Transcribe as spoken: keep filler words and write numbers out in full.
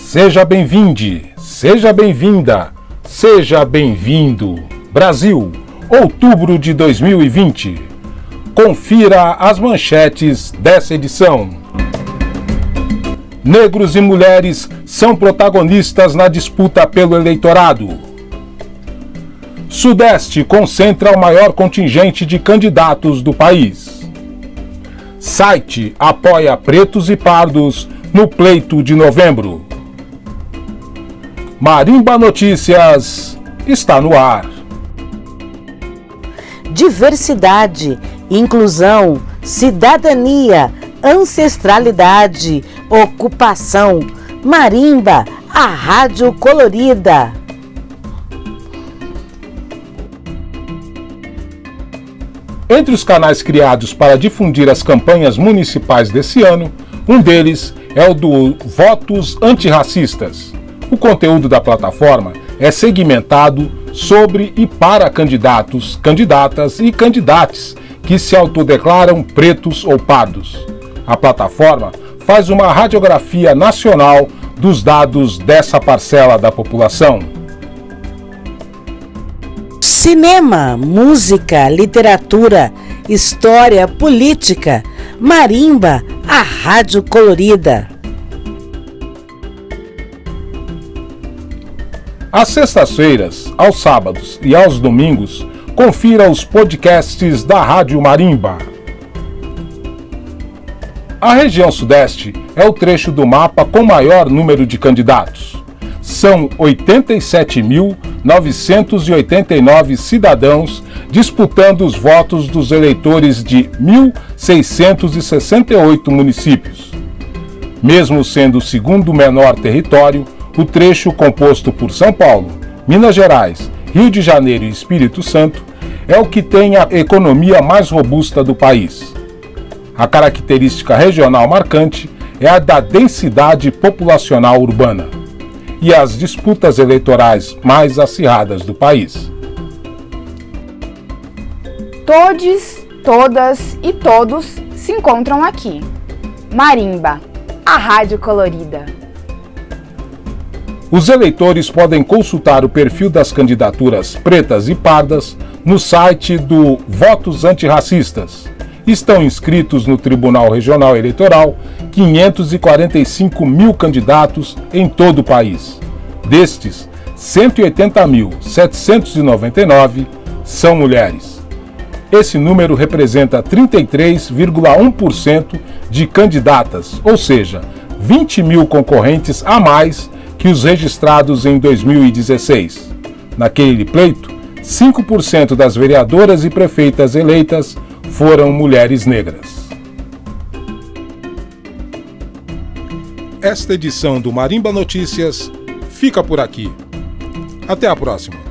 Seja bem-vinde, seja bem-vinda, seja bem-vindo. Brasil, outubro de dois mil e vinte. Confira as manchetes dessa edição. Negros e mulheres são protagonistas na disputa pelo eleitorado. Sudeste concentra o maior contingente de candidatos do país. Site apoia pretos e pardos no pleito de novembro. Marimba Notícias está no ar. Diversidade, inclusão, cidadania, ancestralidade, ocupação. Marimba, a rádio colorida. Entre os canais criados para difundir as campanhas municipais desse ano, um deles é o do Votos Antirracistas. O conteúdo da plataforma é segmentado sobre e para candidatos, candidatas e candidates que se autodeclaram pretos ou pardos. A plataforma faz uma radiografia nacional dos dados dessa parcela da população. Cinema, música, literatura, história, política. Marimba, a rádio colorida. Às sextas-feiras, aos sábados e aos domingos, confira os podcasts da Rádio Marimba. A região Sudeste é o trecho do mapa com maior número de candidatos. São oitenta e sete mil novecentos e oitenta e nove cidadãos disputando os votos dos eleitores de mil seiscentos e sessenta e oito municípios. Mesmo sendo o segundo menor território, o trecho composto por São Paulo, Minas Gerais, Rio de Janeiro e Espírito Santo é o que tem a economia mais robusta do país. A característica regional marcante é a da densidade populacional urbana e as disputas eleitorais mais acirradas do país. Todes, todas e todos se encontram aqui. Marimba, a rádio colorida. Os eleitores podem consultar o perfil das candidaturas pretas e pardas no site do Votos Antirracistas. Estão inscritos no Tribunal Regional Eleitoral quinhentos e quarenta e cinco mil candidatos em todo o país. Destes, cento e oitenta mil setecentos e noventa e nove são mulheres. Esse número representa trinta e três vírgula um por cento de candidatas, ou seja, vinte mil concorrentes a mais que os registrados em dois mil e dezesseis. Naquele pleito, cinco por cento das vereadoras e prefeitas eleitas foram mulheres negras. Esta edição do Marimba Notícias fica por aqui. Até a próxima.